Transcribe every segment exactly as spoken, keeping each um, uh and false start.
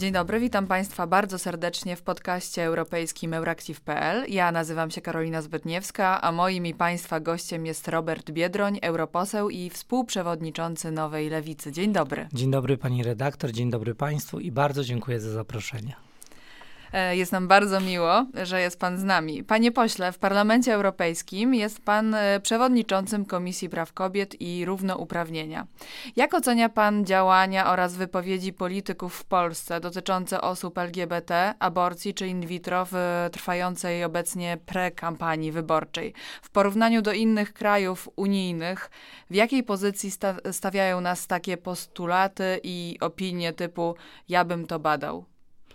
Dzień dobry, witam Państwa bardzo serdecznie w podcaście europejskim Euractiv kropka pe el. Ja nazywam się Karolina Zbytniewska, a moim i Państwa gościem jest Robert Biedroń, europoseł i współprzewodniczący Nowej Lewicy. Dzień dobry. Dzień dobry pani redaktor, dzień dobry Państwu i bardzo dziękuję za zaproszenie. Jest nam bardzo miło, że jest Pan z nami. Panie pośle, w Parlamencie Europejskim jest Pan przewodniczącym Komisji Praw Kobiet i Równouprawnienia. Jak ocenia Pan działania oraz wypowiedzi polityków w Polsce dotyczące osób L G B T, aborcji czy in vitro w trwającej obecnie pre-kampanii wyborczej? W porównaniu do innych krajów unijnych, w jakiej pozycji sta- stawiają nas takie postulaty i opinie typu ja bym to badał?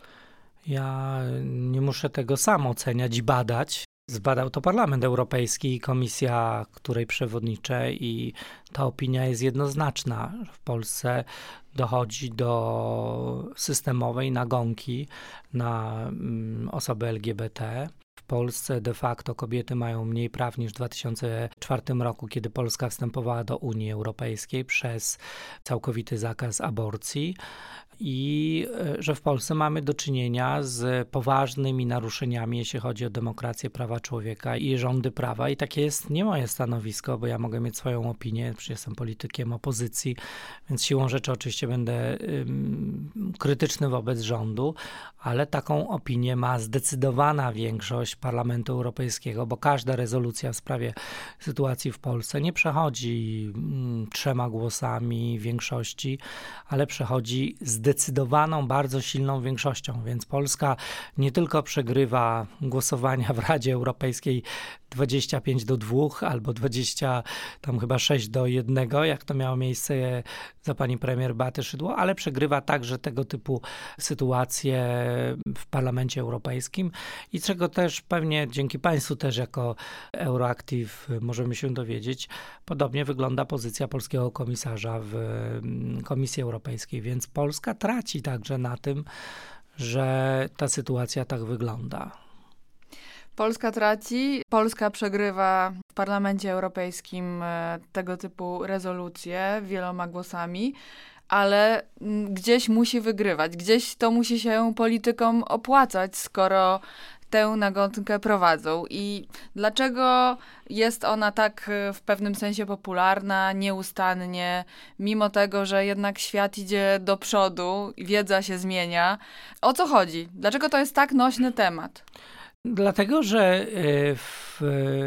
Ja nie muszę tego sam oceniać i badać. Zbadał to Parlament Europejski i Komisja, której przewodniczę, i ta opinia jest jednoznaczna. W Polsce dochodzi do systemowej nagonki na osoby L G B T. W Polsce de facto kobiety mają mniej praw niż w dwa tysiące czwartym roku, kiedy Polska wstępowała do Unii Europejskiej przez całkowity zakaz aborcji. I że w Polsce mamy do czynienia z poważnymi naruszeniami, jeśli chodzi o demokrację, prawa człowieka i rządy prawa. I takie jest nie moje stanowisko, bo ja mogę mieć swoją opinię, przecież jestem politykiem opozycji, więc siłą rzeczy oczywiście będę ym, krytyczny wobec rządu, ale taką opinię ma zdecydowana większość Parlamentu Europejskiego, bo każda rezolucja w sprawie sytuacji w Polsce nie przechodzi ym, trzema głosami większości, ale przechodzi zdecydowanie zdecydowaną, bardzo silną większością, więc Polska nie tylko przegrywa głosowania w Radzie Europejskiej dwadzieścia pięć do dwóch albo dwadzieścia, tam chyba sześć do jednego, jak to miało miejsce za pani premier Beaty Szydło, ale przegrywa także tego typu sytuacje w Parlamencie Europejskim i czego też pewnie dzięki Państwu też jako Euractiv możemy się dowiedzieć, podobnie wygląda pozycja polskiego komisarza w Komisji Europejskiej, więc Polska traci także na tym, że ta sytuacja tak wygląda. Polska traci, Polska przegrywa w Parlamencie Europejskim tego typu rezolucje wieloma głosami, ale gdzieś musi wygrywać, gdzieś to musi się politykom opłacać, skoro tę nagonkę prowadzą. I dlaczego jest ona tak w pewnym sensie popularna, nieustannie, mimo tego, że jednak świat idzie do przodu, wiedza się zmienia? O co chodzi? Dlaczego to jest tak nośny temat? Dlatego, że w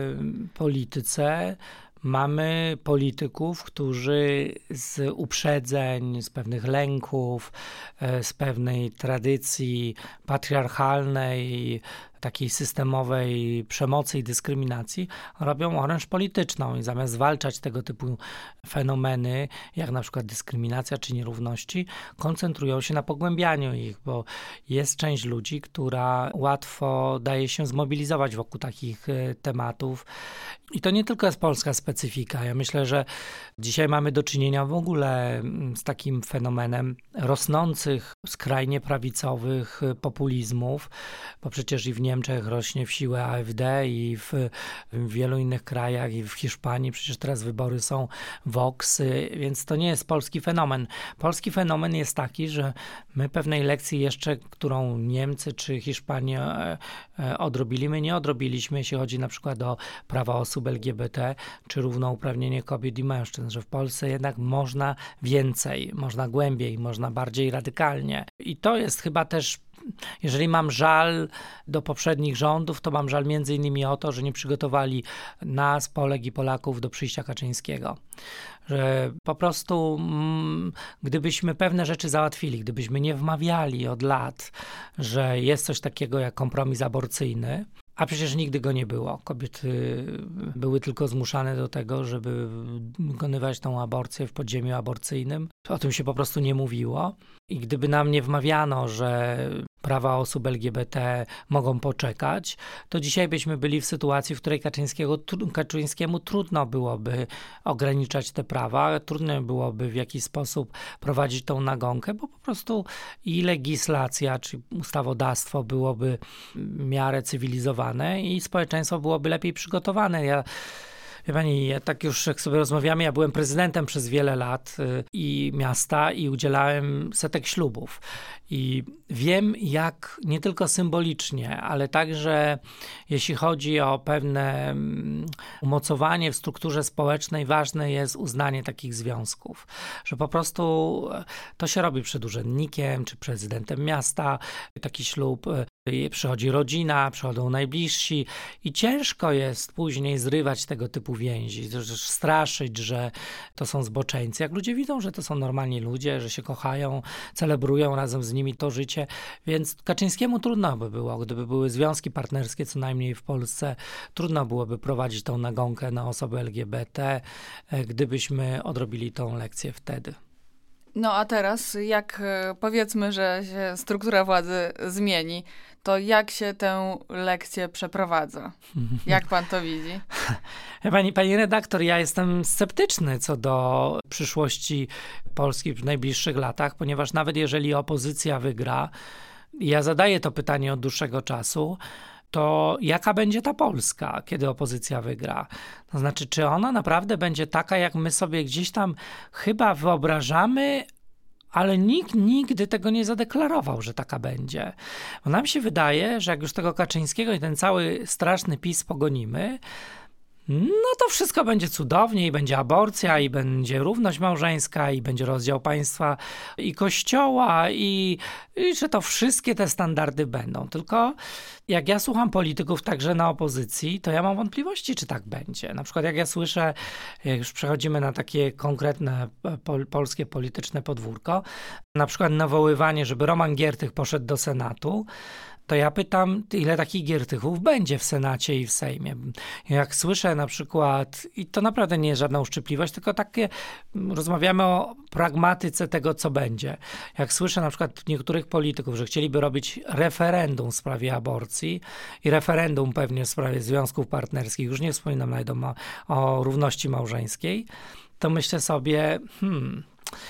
polityce mamy polityków, którzy z uprzedzeń, z pewnych lęków, z pewnej tradycji patriarchalnej, takiej systemowej przemocy i dyskryminacji robią oręż polityczną i zamiast zwalczać tego typu fenomeny, jak na przykład dyskryminacja czy nierówności, koncentrują się na pogłębianiu ich, bo jest część ludzi, która łatwo daje się zmobilizować wokół takich tematów. I to nie tylko jest polska specyfika. Ja myślę, że dzisiaj mamy do czynienia w ogóle z takim fenomenem rosnących, skrajnie prawicowych populizmów, bo przecież i w Niemczech rośnie w siłę A F D i w, w wielu innych krajach, i w Hiszpanii przecież teraz wybory są Vox, więc to nie jest polski fenomen. Polski fenomen jest taki, że my pewnej lekcji jeszcze, którą Niemcy czy Hiszpania odrobili, my nie odrobiliśmy, jeśli chodzi na przykład o prawa osób L G B T czy równouprawnienie kobiet i mężczyzn, że w Polsce jednak można więcej, można głębiej, można bardziej radykalnie. I to jest chyba też, jeżeli mam żal do poprzednich rządów, to mam żal między innymi o to, że nie przygotowali nas, Polek i Polaków, do przyjścia Kaczyńskiego. Że po prostu mm, gdybyśmy pewne rzeczy załatwili, gdybyśmy nie wmawiali od lat, że jest coś takiego jak kompromis aborcyjny, a przecież nigdy go nie było. Kobiety były tylko zmuszane do tego, żeby wykonywać tą aborcję w podziemiu aborcyjnym. O tym się po prostu nie mówiło. I gdyby nam nie wmawiano, że prawa osób L G B T mogą poczekać, to dzisiaj byśmy byli w sytuacji, w której Kaczyńskiego, Kaczyńskiemu trudno byłoby ograniczać te prawa, trudno byłoby w jakiś sposób prowadzić tą nagonkę, bo po prostu i legislacja, czy ustawodawstwo byłoby w miarę cywilizowane i społeczeństwo byłoby lepiej przygotowane. Ja Wie pani, ja tak już jak sobie rozmawiamy, ja byłem prezydentem przez wiele lat y, i miasta i udzielałem setek ślubów. I wiem, jak nie tylko symbolicznie, ale także jeśli chodzi o pewne umocowanie w strukturze społecznej, ważne jest uznanie takich związków. Że po prostu to się robi przed urzędnikiem czy prezydentem miasta, taki ślub. Przychodzi rodzina, przychodzą najbliżsi i ciężko jest później zrywać tego typu więzi, straszyć, że to są zboczeńcy. Jak ludzie widzą, że to są normalni ludzie, że się kochają, celebrują razem z nimi to życie, więc Kaczyńskiemu trudno by było, gdyby były związki partnerskie, co najmniej w Polsce, trudno byłoby prowadzić tą nagonkę na osoby L G B T, gdybyśmy odrobili tą lekcję wtedy. No a teraz, jak powiedzmy, że się struktura władzy zmieni, to jak się tę lekcję przeprowadza? Jak pan to widzi? Pani, pani redaktor, ja jestem sceptyczny co do przyszłości Polski w najbliższych latach, ponieważ nawet jeżeli opozycja wygra, ja zadaję to pytanie od dłuższego czasu, to jaka będzie ta Polska, kiedy opozycja wygra? To znaczy, czy ona naprawdę będzie taka, jak my sobie gdzieś tam chyba wyobrażamy, ale nikt nigdy tego nie zadeklarował, że taka będzie. Bo nam się wydaje, że jak już tego Kaczyńskiego i ten cały straszny PiS pogonimy, no to wszystko będzie cudownie i będzie aborcja, i będzie równość małżeńska, i będzie rozdział państwa i kościoła, i, i że to wszystkie te standardy będą. Tylko jak ja słucham polityków także na opozycji, to ja mam wątpliwości, czy tak będzie. Na przykład jak ja słyszę, jak już przechodzimy na takie konkretne pol, polskie polityczne podwórko, na przykład nawoływanie, żeby Roman Giertych poszedł do Senatu, to ja pytam, ile takich Giertychów będzie w Senacie i w Sejmie. Jak słyszę na przykład, i to naprawdę nie jest żadna uszczypliwość, tylko takie, rozmawiamy o pragmatyce tego, co będzie. Jak słyszę na przykład niektórych polityków, że chcieliby robić referendum w sprawie aborcji i referendum pewnie w sprawie związków partnerskich, już nie wspominam nawet o, o równości małżeńskiej, to myślę sobie, hmm...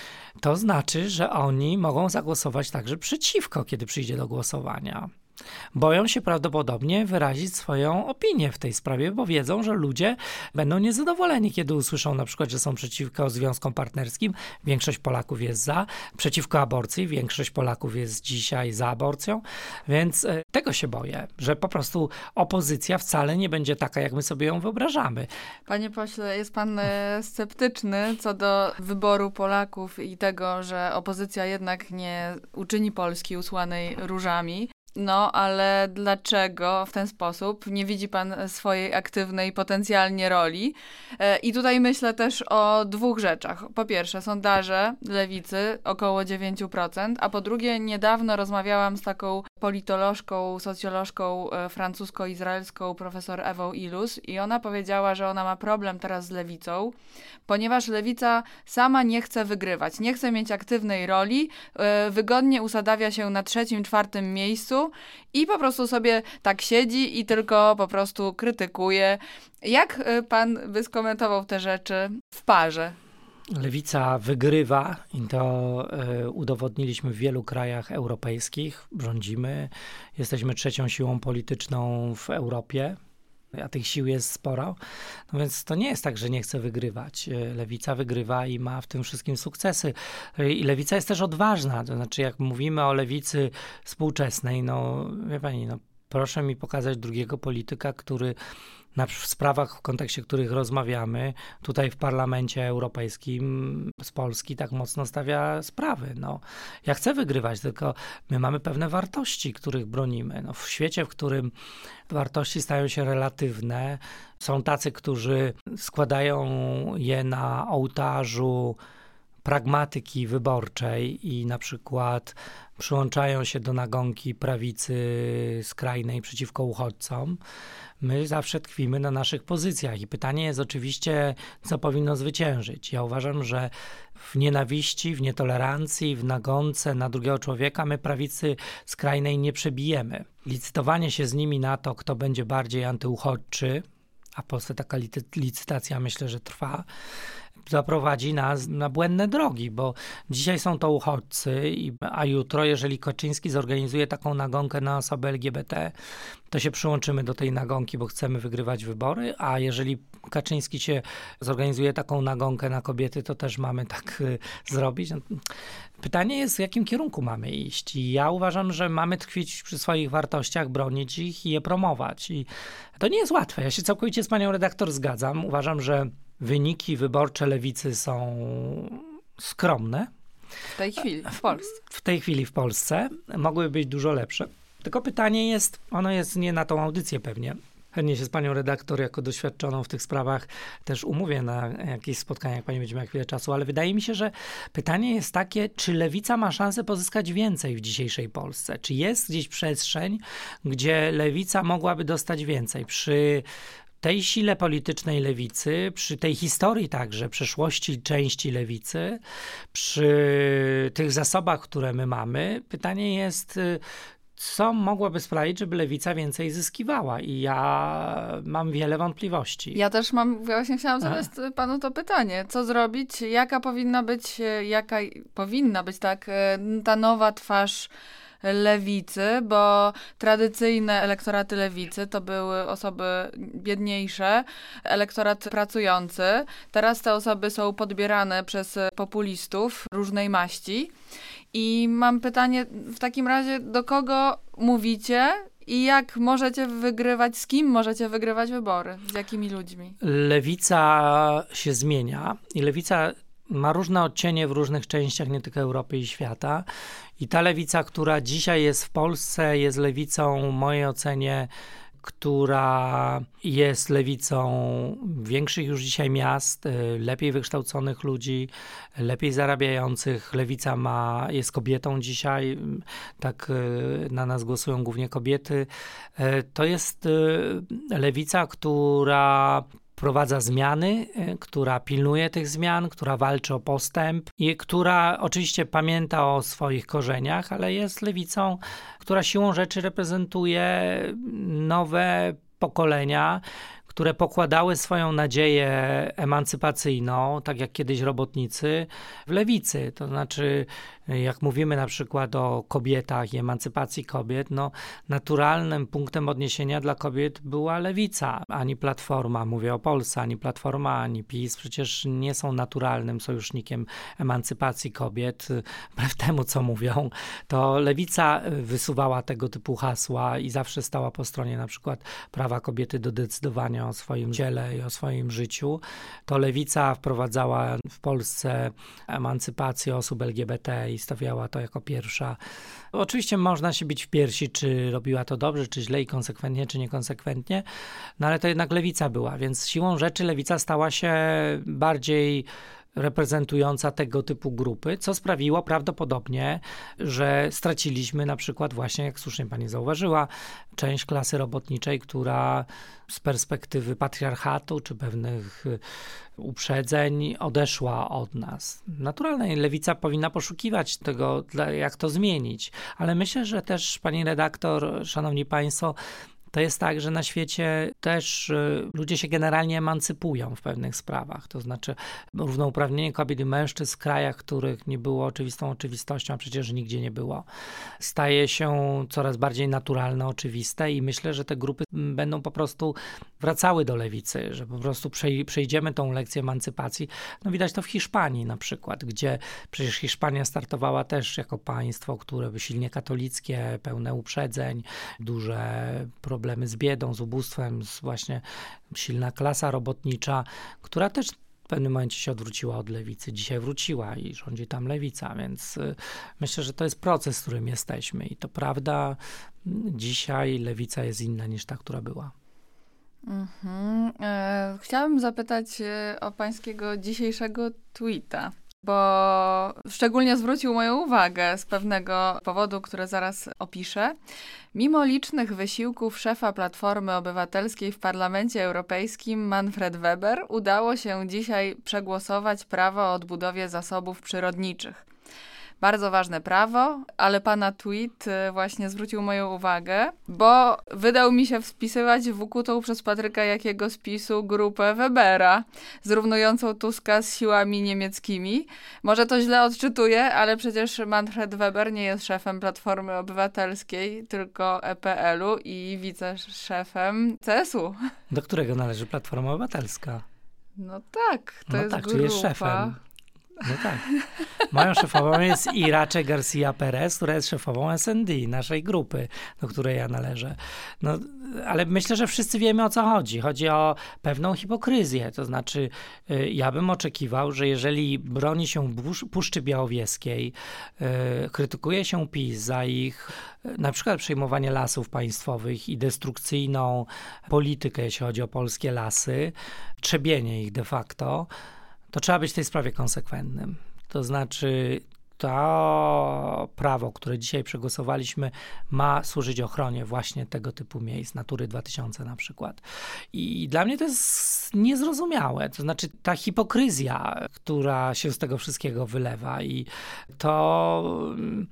to znaczy, że oni mogą zagłosować także przeciwko, kiedy przyjdzie do głosowania. Boją się prawdopodobnie wyrazić swoją opinię w tej sprawie, bo wiedzą, że ludzie będą niezadowoleni, kiedy usłyszą na przykład, że są przeciwko związkom partnerskim. Większość Polaków jest za. Przeciwko aborcji. Większość Polaków jest dzisiaj za aborcją. Więc y, tego się boję, że po prostu opozycja wcale nie będzie taka, jak my sobie ją wyobrażamy. Panie pośle, jest pan sceptyczny co do wyboru Polaków i tego, że opozycja jednak nie uczyni Polski usłanej różami. No, ale dlaczego w ten sposób nie widzi pan swojej aktywnej potencjalnie roli? I tutaj myślę też o dwóch rzeczach. Po pierwsze, sondaże Lewicy około dziewięć procent, a po drugie, niedawno rozmawiałam z taką politolożką, socjolożką francusko-izraelską, profesor Ewą Ilus, i ona powiedziała, że ona ma problem teraz z Lewicą, ponieważ Lewica sama nie chce wygrywać, nie chce mieć aktywnej roli, wygodnie usadawia się na trzecim, czwartym miejscu i po prostu sobie tak siedzi i tylko po prostu krytykuje. Jak pan by skomentował te rzeczy w parze? Lewica wygrywa i to y, udowodniliśmy w wielu krajach europejskich. Rządzimy, jesteśmy trzecią siłą polityczną w Europie, a tych sił jest sporo. No więc to nie jest tak, że nie chce wygrywać. Lewica wygrywa i ma w tym wszystkim sukcesy. I Lewica jest też odważna. To znaczy, jak mówimy o lewicy współczesnej, no wie pani, no proszę mi pokazać drugiego polityka, który na w sprawach, w kontekście których rozmawiamy, tutaj w Parlamencie Europejskim z Polski tak mocno stawia sprawy. No, ja chcę wygrywać, tylko my mamy pewne wartości, których bronimy. No, w świecie, w którym wartości stają się relatywne, są tacy, którzy składają je na ołtarzu pragmatyki wyborczej i na przykład przyłączają się do nagonki prawicy skrajnej przeciwko uchodźcom. My zawsze tkwimy na naszych pozycjach i pytanie jest oczywiście, co powinno zwyciężyć. Ja uważam, że w nienawiści, w nietolerancji, w nagonce na drugiego człowieka my prawicy skrajnej nie przebijemy. Licytowanie się z nimi na to, kto będzie bardziej antyuchodźczy, a w Polsce taka licytacja myślę, że trwa, zaprowadzi nas na błędne drogi, bo dzisiaj są to uchodźcy, a jutro, jeżeli Kaczyński zorganizuje taką nagonkę na osoby L G B T, to się przyłączymy do tej nagonki, bo chcemy wygrywać wybory, a jeżeli Kaczyński się zorganizuje taką nagonkę na kobiety, to też mamy tak y, zrobić. Pytanie jest, w jakim kierunku mamy iść. I ja uważam, że mamy tkwić przy swoich wartościach, bronić ich i je promować. I to nie jest łatwe. Ja się całkowicie z panią redaktor zgadzam. Uważam, że wyniki wyborcze lewicy są skromne. W tej chwili w Polsce. W tej chwili w Polsce mogłyby być dużo lepsze. Tylko pytanie jest, ono jest nie na tą audycję pewnie. Chętnie się z panią redaktor, jako doświadczoną w tych sprawach, też umówię na jakieś spotkania, jak pani będzie miała chwilę czasu, ale wydaje mi się, że pytanie jest takie, czy lewica ma szansę pozyskać więcej w dzisiejszej Polsce? Czy jest gdzieś przestrzeń, gdzie lewica mogłaby dostać więcej? Przy tej sile politycznej lewicy, przy tej historii także przeszłości części lewicy, przy tych zasobach, które my mamy, pytanie jest, co mogłoby sprawić, żeby lewica więcej zyskiwała? I ja mam wiele wątpliwości. Ja też mam, właśnie chciałam zadać A. panu to pytanie. Co zrobić? Jaka powinna być, jaka powinna być tak ta nowa twarz lewicy, bo tradycyjne elektoraty lewicy to były osoby biedniejsze, elektorat pracujący. Teraz te osoby są podbierane przez populistów różnej maści. I mam pytanie w takim razie, do kogo mówicie i jak możecie wygrywać, z kim możecie wygrywać wybory? Z jakimi ludźmi? Lewica się zmienia i lewica ma różne odcienie w różnych częściach, nie tylko Europy i świata. I ta lewica, która dzisiaj jest w Polsce, jest lewicą w mojej ocenie, która jest lewicą większych już dzisiaj miast, lepiej wykształconych ludzi, lepiej zarabiających. Lewica ma, jest kobietą dzisiaj, tak na nas głosują głównie kobiety. To jest lewica, która wprowadza zmiany, która pilnuje tych zmian, która walczy o postęp i która oczywiście pamięta o swoich korzeniach, ale jest lewicą, która siłą rzeczy reprezentuje nowe pokolenia, które pokładały swoją nadzieję emancypacyjną, tak jak kiedyś robotnicy, w lewicy. To znaczy, jak mówimy na przykład o kobietach i emancypacji kobiet, no naturalnym punktem odniesienia dla kobiet była lewica, ani Platforma, mówię o Polsce, ani Platforma, ani PiS przecież nie są naturalnym sojusznikiem emancypacji kobiet. Wbrew temu, co mówią, to lewica wysuwała tego typu hasła i zawsze stała po stronie na przykład prawa kobiety do decydowania o swoim ciele i o swoim życiu. To lewica wprowadzała w Polsce emancypację osób L G B T i stawiała to jako pierwsza. Oczywiście można się bić w piersi, czy robiła to dobrze, czy źle i konsekwentnie, czy niekonsekwentnie, no ale to jednak lewica była, więc siłą rzeczy lewica stała się bardziej reprezentująca tego typu grupy, co sprawiło prawdopodobnie, że straciliśmy na przykład właśnie, jak słusznie pani zauważyła, część klasy robotniczej, która z perspektywy patriarchatu czy pewnych uprzedzeń odeszła od nas. Naturalnie lewica powinna poszukiwać tego, jak to zmienić, ale myślę, że też pani redaktor, szanowni państwo, to jest tak, że na świecie też y, ludzie się generalnie emancypują w pewnych sprawach. To znaczy równouprawnienie kobiet i mężczyzn w krajach, których nie było oczywistą oczywistością, a przecież nigdzie nie było, staje się coraz bardziej naturalne, oczywiste i myślę, że te grupy będą po prostu wracały do lewicy, że po prostu przej- przejdziemy tą lekcję emancypacji. No widać to w Hiszpanii na przykład, gdzie przecież Hiszpania startowała też jako państwo, które silnie katolickie, pełne uprzedzeń, duże problemy problemy z biedą, z ubóstwem, z właśnie silna klasa robotnicza, która też w pewnym momencie się odwróciła od lewicy. Dzisiaj wróciła i rządzi tam lewica, więc myślę, że to jest proces, w którym jesteśmy i to prawda, dzisiaj lewica jest inna niż ta, która była. Mhm. E, chciałabym zapytać o pańskiego dzisiejszego tweeta, bo szczególnie zwrócił moją uwagę z pewnego powodu, który zaraz opiszę. Mimo licznych wysiłków szefa Platformy Obywatelskiej w Parlamencie Europejskim Manfred Weber udało się dzisiaj przegłosować prawo o odbudowie zasobów przyrodniczych. Bardzo ważne prawo, ale pana tweet właśnie zwrócił moją uwagę, bo wydał mi się wpisywać w ukutą przez Patryka Jakiego spisu grupę Webera, zrównującą Tuska z siłami niemieckimi. Może to źle odczytuję, ale przecież Manfred Weber nie jest szefem Platformy Obywatelskiej, tylko E P L u i wiceszefem C S u. Do którego należy Platforma Obywatelska? No tak, to no jest tak, grupa. Czyli jest szefem. No tak. Moją szefową jest Irache Garcia Perez, która jest szefową S N D, naszej grupy, do której ja należę. No, ale myślę, że wszyscy wiemy, o co chodzi. Chodzi o pewną hipokryzję. To znaczy, ja bym oczekiwał, że jeżeli broni się Puszczy Białowieskiej, krytykuje się PiS za ich na przykład przejmowanie lasów państwowych i destrukcyjną politykę, jeśli chodzi o polskie lasy, trzebienie ich de facto, to trzeba być w tej sprawie konsekwentnym. To znaczy to prawo, które dzisiaj przegłosowaliśmy, ma służyć ochronie właśnie tego typu miejsc, Natury dwa tysiące na przykład. I dla mnie to jest niezrozumiałe. To znaczy ta hipokryzja, która się z tego wszystkiego wylewa i to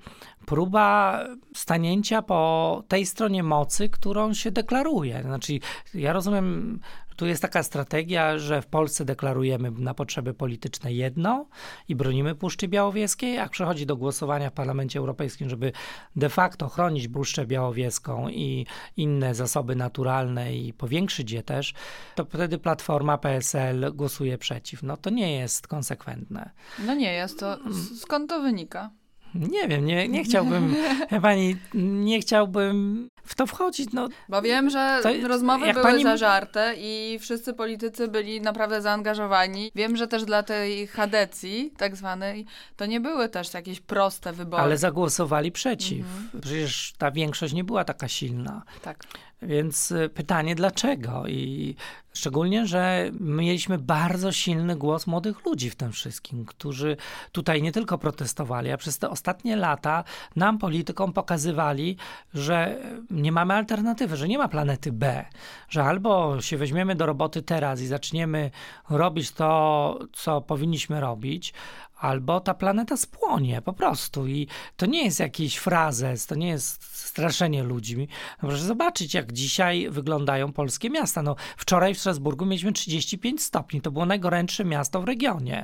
próba stanięcia po tej stronie mocy, którą się deklaruje. Znaczy ja rozumiem, tu jest taka strategia, że w Polsce deklarujemy na potrzeby polityczne jedno i bronimy Puszczy Białowieskiej, jak przychodzi do głosowania w Parlamencie Europejskim, żeby de facto chronić Puszczę Białowieską i inne zasoby naturalne i powiększyć je też, to wtedy Platforma, P S L głosuje przeciw. No to nie jest konsekwentne. No nie jest to. Skąd to wynika? Nie wiem, nie, nie chciałbym, pani, nie chciałbym w to wchodzić. No, bo wiem, że to, rozmowy były pani... zażarte i wszyscy politycy byli naprawdę zaangażowani. Wiem, że też dla tej chadecji tak zwanej, to nie były też jakieś proste wybory. Ale zagłosowali przeciw. Mhm. Przecież ta większość nie była taka silna. Tak. Więc pytanie dlaczego? I szczególnie, że mieliśmy bardzo silny głos młodych ludzi w tym wszystkim, którzy tutaj nie tylko protestowali, a przez te ostatnie lata nam, politykom, pokazywali, że nie mamy alternatywy, że nie ma planety B, że albo się weźmiemy do roboty teraz i zaczniemy robić to, co powinniśmy robić, albo ta planeta spłonie po prostu. I to nie jest jakiś frazes, to nie jest straszenie ludźmi. No proszę zobaczyć, jak dzisiaj wyglądają polskie miasta. No, wczoraj w Strasburgu mieliśmy trzydzieści pięć stopni. To było najgorętsze miasto w regionie.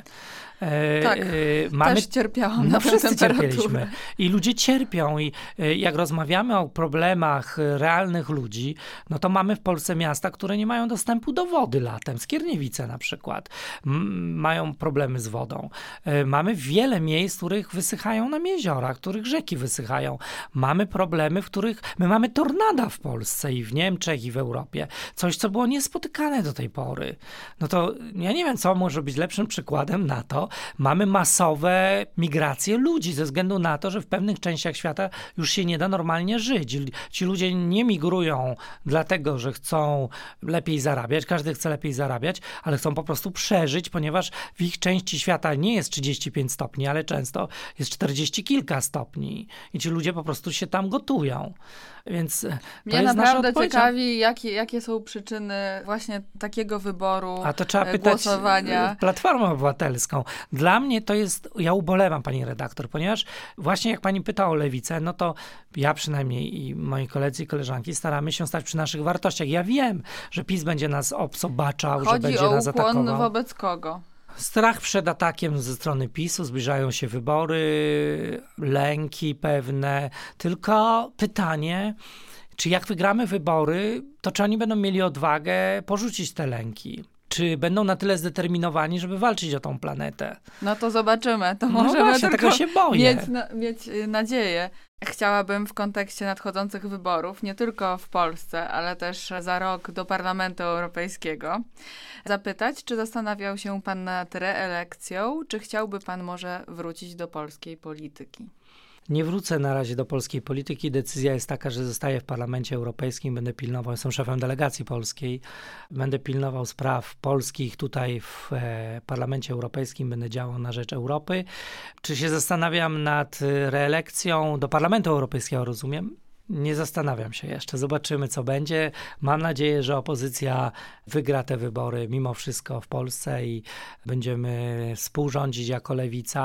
E, tak, e, mamy, też cierpiałam no na wszyscy temperaturę. cierpieliśmy. I ludzie cierpią. I e, jak rozmawiamy o problemach realnych ludzi, no to mamy w Polsce miasta, które nie mają dostępu do wody latem. Skierniewice na przykład. M- mają problemy z wodą. E, Mamy wiele miejsc, w których wysychają nam jeziora, w których rzeki wysychają. Mamy problemy, w których my mamy tornada w Polsce i w Niemczech i w Europie. Coś, co było niespotykane do tej pory. No to ja nie wiem, co może być lepszym przykładem na to. Mamy masowe migracje ludzi ze względu na to, że w pewnych częściach świata już się nie da normalnie żyć. Ci ludzie nie migrują dlatego, że chcą lepiej zarabiać. Każdy chce lepiej zarabiać, ale chcą po prostu przeżyć, ponieważ w ich części świata nie jest trzydzieści pięć stopni, ale często jest czterdzieści kilka stopni i ci ludzie po prostu się tam gotują. Więc to mnie jest naprawdę nasza ciekawi, jakie, jakie są przyczyny właśnie takiego wyboru, A to trzeba pytać głosowania. Platformę Obywatelską. Dla mnie to jest, ja ubolewam, pani redaktor, ponieważ właśnie jak pani pyta o lewicę, no to ja przynajmniej i moi koledzy i koleżanki staramy się stać przy naszych wartościach. Ja wiem, że PiS będzie nas obsobaczał, że będzie nas atakował. Chodzi o ukłon wobec kogo? Strach przed atakiem ze strony PiSu, zbliżają się wybory, lęki pewne. Tylko pytanie, czy jak wygramy wybory, to czy oni będą mieli odwagę porzucić te lęki? Czy będą na tyle zdeterminowani, żeby walczyć o tą planetę? No to zobaczymy. To no możemy właśnie, tylko tego się boję. Mieć, na, mieć nadzieję. Chciałabym w kontekście nadchodzących wyborów, nie tylko w Polsce, ale też za rok do Parlamentu Europejskiego, zapytać, czy zastanawiał się pan nad reelekcją, czy chciałby pan może wrócić do polskiej polityki? Nie wrócę na razie do polskiej polityki. Decyzja jest taka, że zostaję w Parlamencie Europejskim, będę pilnował, jestem szefem delegacji polskiej, będę pilnował spraw polskich tutaj w e, Parlamencie Europejskim, będę działał na rzecz Europy. Czy się zastanawiam nad reelekcją do Parlamentu Europejskiego, rozumiem? Nie zastanawiam się jeszcze. Zobaczymy, co będzie. Mam nadzieję, że opozycja wygra te wybory mimo wszystko w Polsce i będziemy współrządzić jako lewica.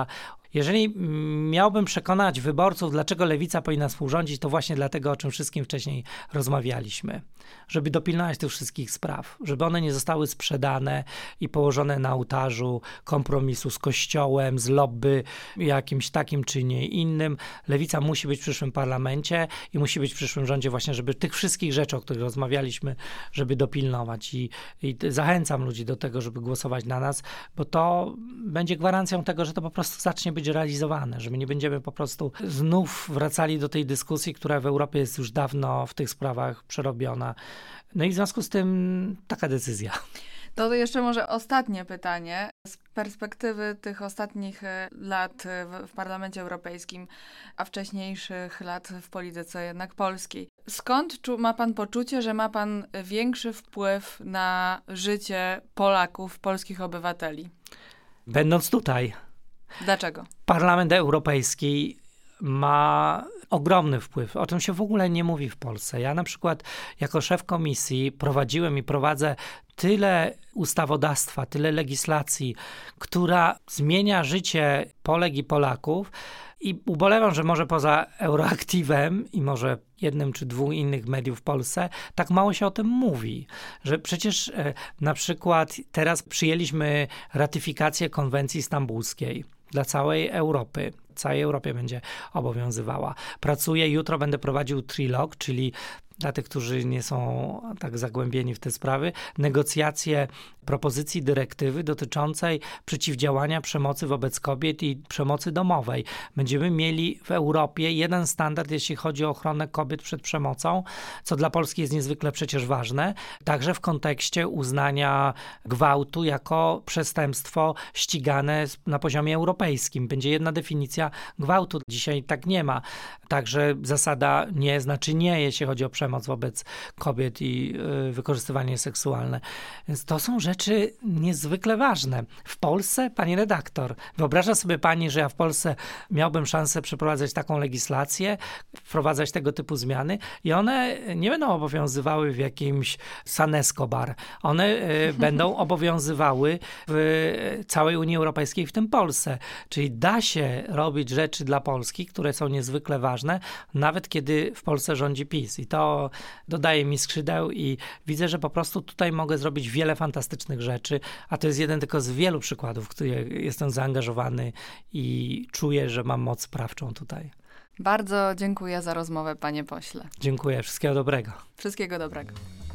Jeżeli miałbym przekonać wyborców, dlaczego lewica powinna współrządzić, to właśnie dlatego, o czym wszystkim wcześniej rozmawialiśmy. Żeby dopilnować tych wszystkich spraw, żeby one nie zostały sprzedane i położone na ołtarzu kompromisu z Kościołem, z lobby jakimś takim czy nie innym. Lewica musi być w przyszłym parlamencie i musi być w przyszłym rządzie właśnie, żeby tych wszystkich rzeczy, o których rozmawialiśmy, żeby dopilnować. I, i zachęcam ludzi do tego, żeby głosować na nas, bo to będzie gwarancją tego, że to po prostu zacznie być realizowane, że my nie będziemy po prostu znów wracali do tej dyskusji, która w Europie jest już dawno w tych sprawach przerobiona. No i w związku z tym taka decyzja. To jeszcze może ostatnie pytanie. Z perspektywy tych ostatnich lat w, w Parlamencie Europejskim, a wcześniejszych lat w polityce jednak polskiej. Skąd czu, ma pan poczucie, że ma pan większy wpływ na życie Polaków, polskich obywateli? Będąc tutaj. Dlaczego? Parlament Europejski ma ogromny wpływ. O tym się w ogóle nie mówi w Polsce. Ja na przykład jako szef komisji prowadziłem i prowadzę tyle ustawodawstwa, tyle legislacji, która zmienia życie Polek i Polaków. I ubolewam, że może poza Euroaktywem i może jednym czy dwóch innych mediów w Polsce tak mało się o tym mówi. Że przecież e, na przykład teraz przyjęliśmy ratyfikację konwencji stambulskiej dla całej Europy. Całej Europie będzie obowiązywała. Pracuję, jutro będę prowadził trilog, czyli dla tych, którzy nie są tak zagłębieni w te sprawy, negocjacje propozycji dyrektywy dotyczącej przeciwdziałania przemocy wobec kobiet i przemocy domowej. Będziemy mieli w Europie jeden standard, jeśli chodzi o ochronę kobiet przed przemocą, co dla Polski jest niezwykle przecież ważne, także w kontekście uznania gwałtu jako przestępstwo ścigane na poziomie europejskim. Będzie jedna definicja gwałtu. Dzisiaj tak nie ma. Także zasada nie znaczy nie, jeśli chodzi o przemoc wobec kobiet i y, wykorzystywanie seksualne. Więc to są rzeczy niezwykle ważne. W Polsce, pani redaktor, wyobraża sobie pani, że ja w Polsce miałbym szansę przeprowadzać taką legislację, wprowadzać tego typu zmiany i one nie będą obowiązywały w jakimś San Escobar. One y, będą obowiązywały w całej Unii Europejskiej, w tym Polsce. Czyli da się robić rzeczy dla Polski, które są niezwykle ważne, nawet kiedy w Polsce rządzi PiS. I to dodaje mi skrzydeł i widzę, że po prostu tutaj mogę zrobić wiele fantastycznych rzeczy, a to jest jeden tylko z wielu przykładów, w których jestem zaangażowany i czuję, że mam moc sprawczą tutaj. Bardzo dziękuję za rozmowę, panie pośle. Dziękuję. Wszystkiego dobrego. Wszystkiego dobrego.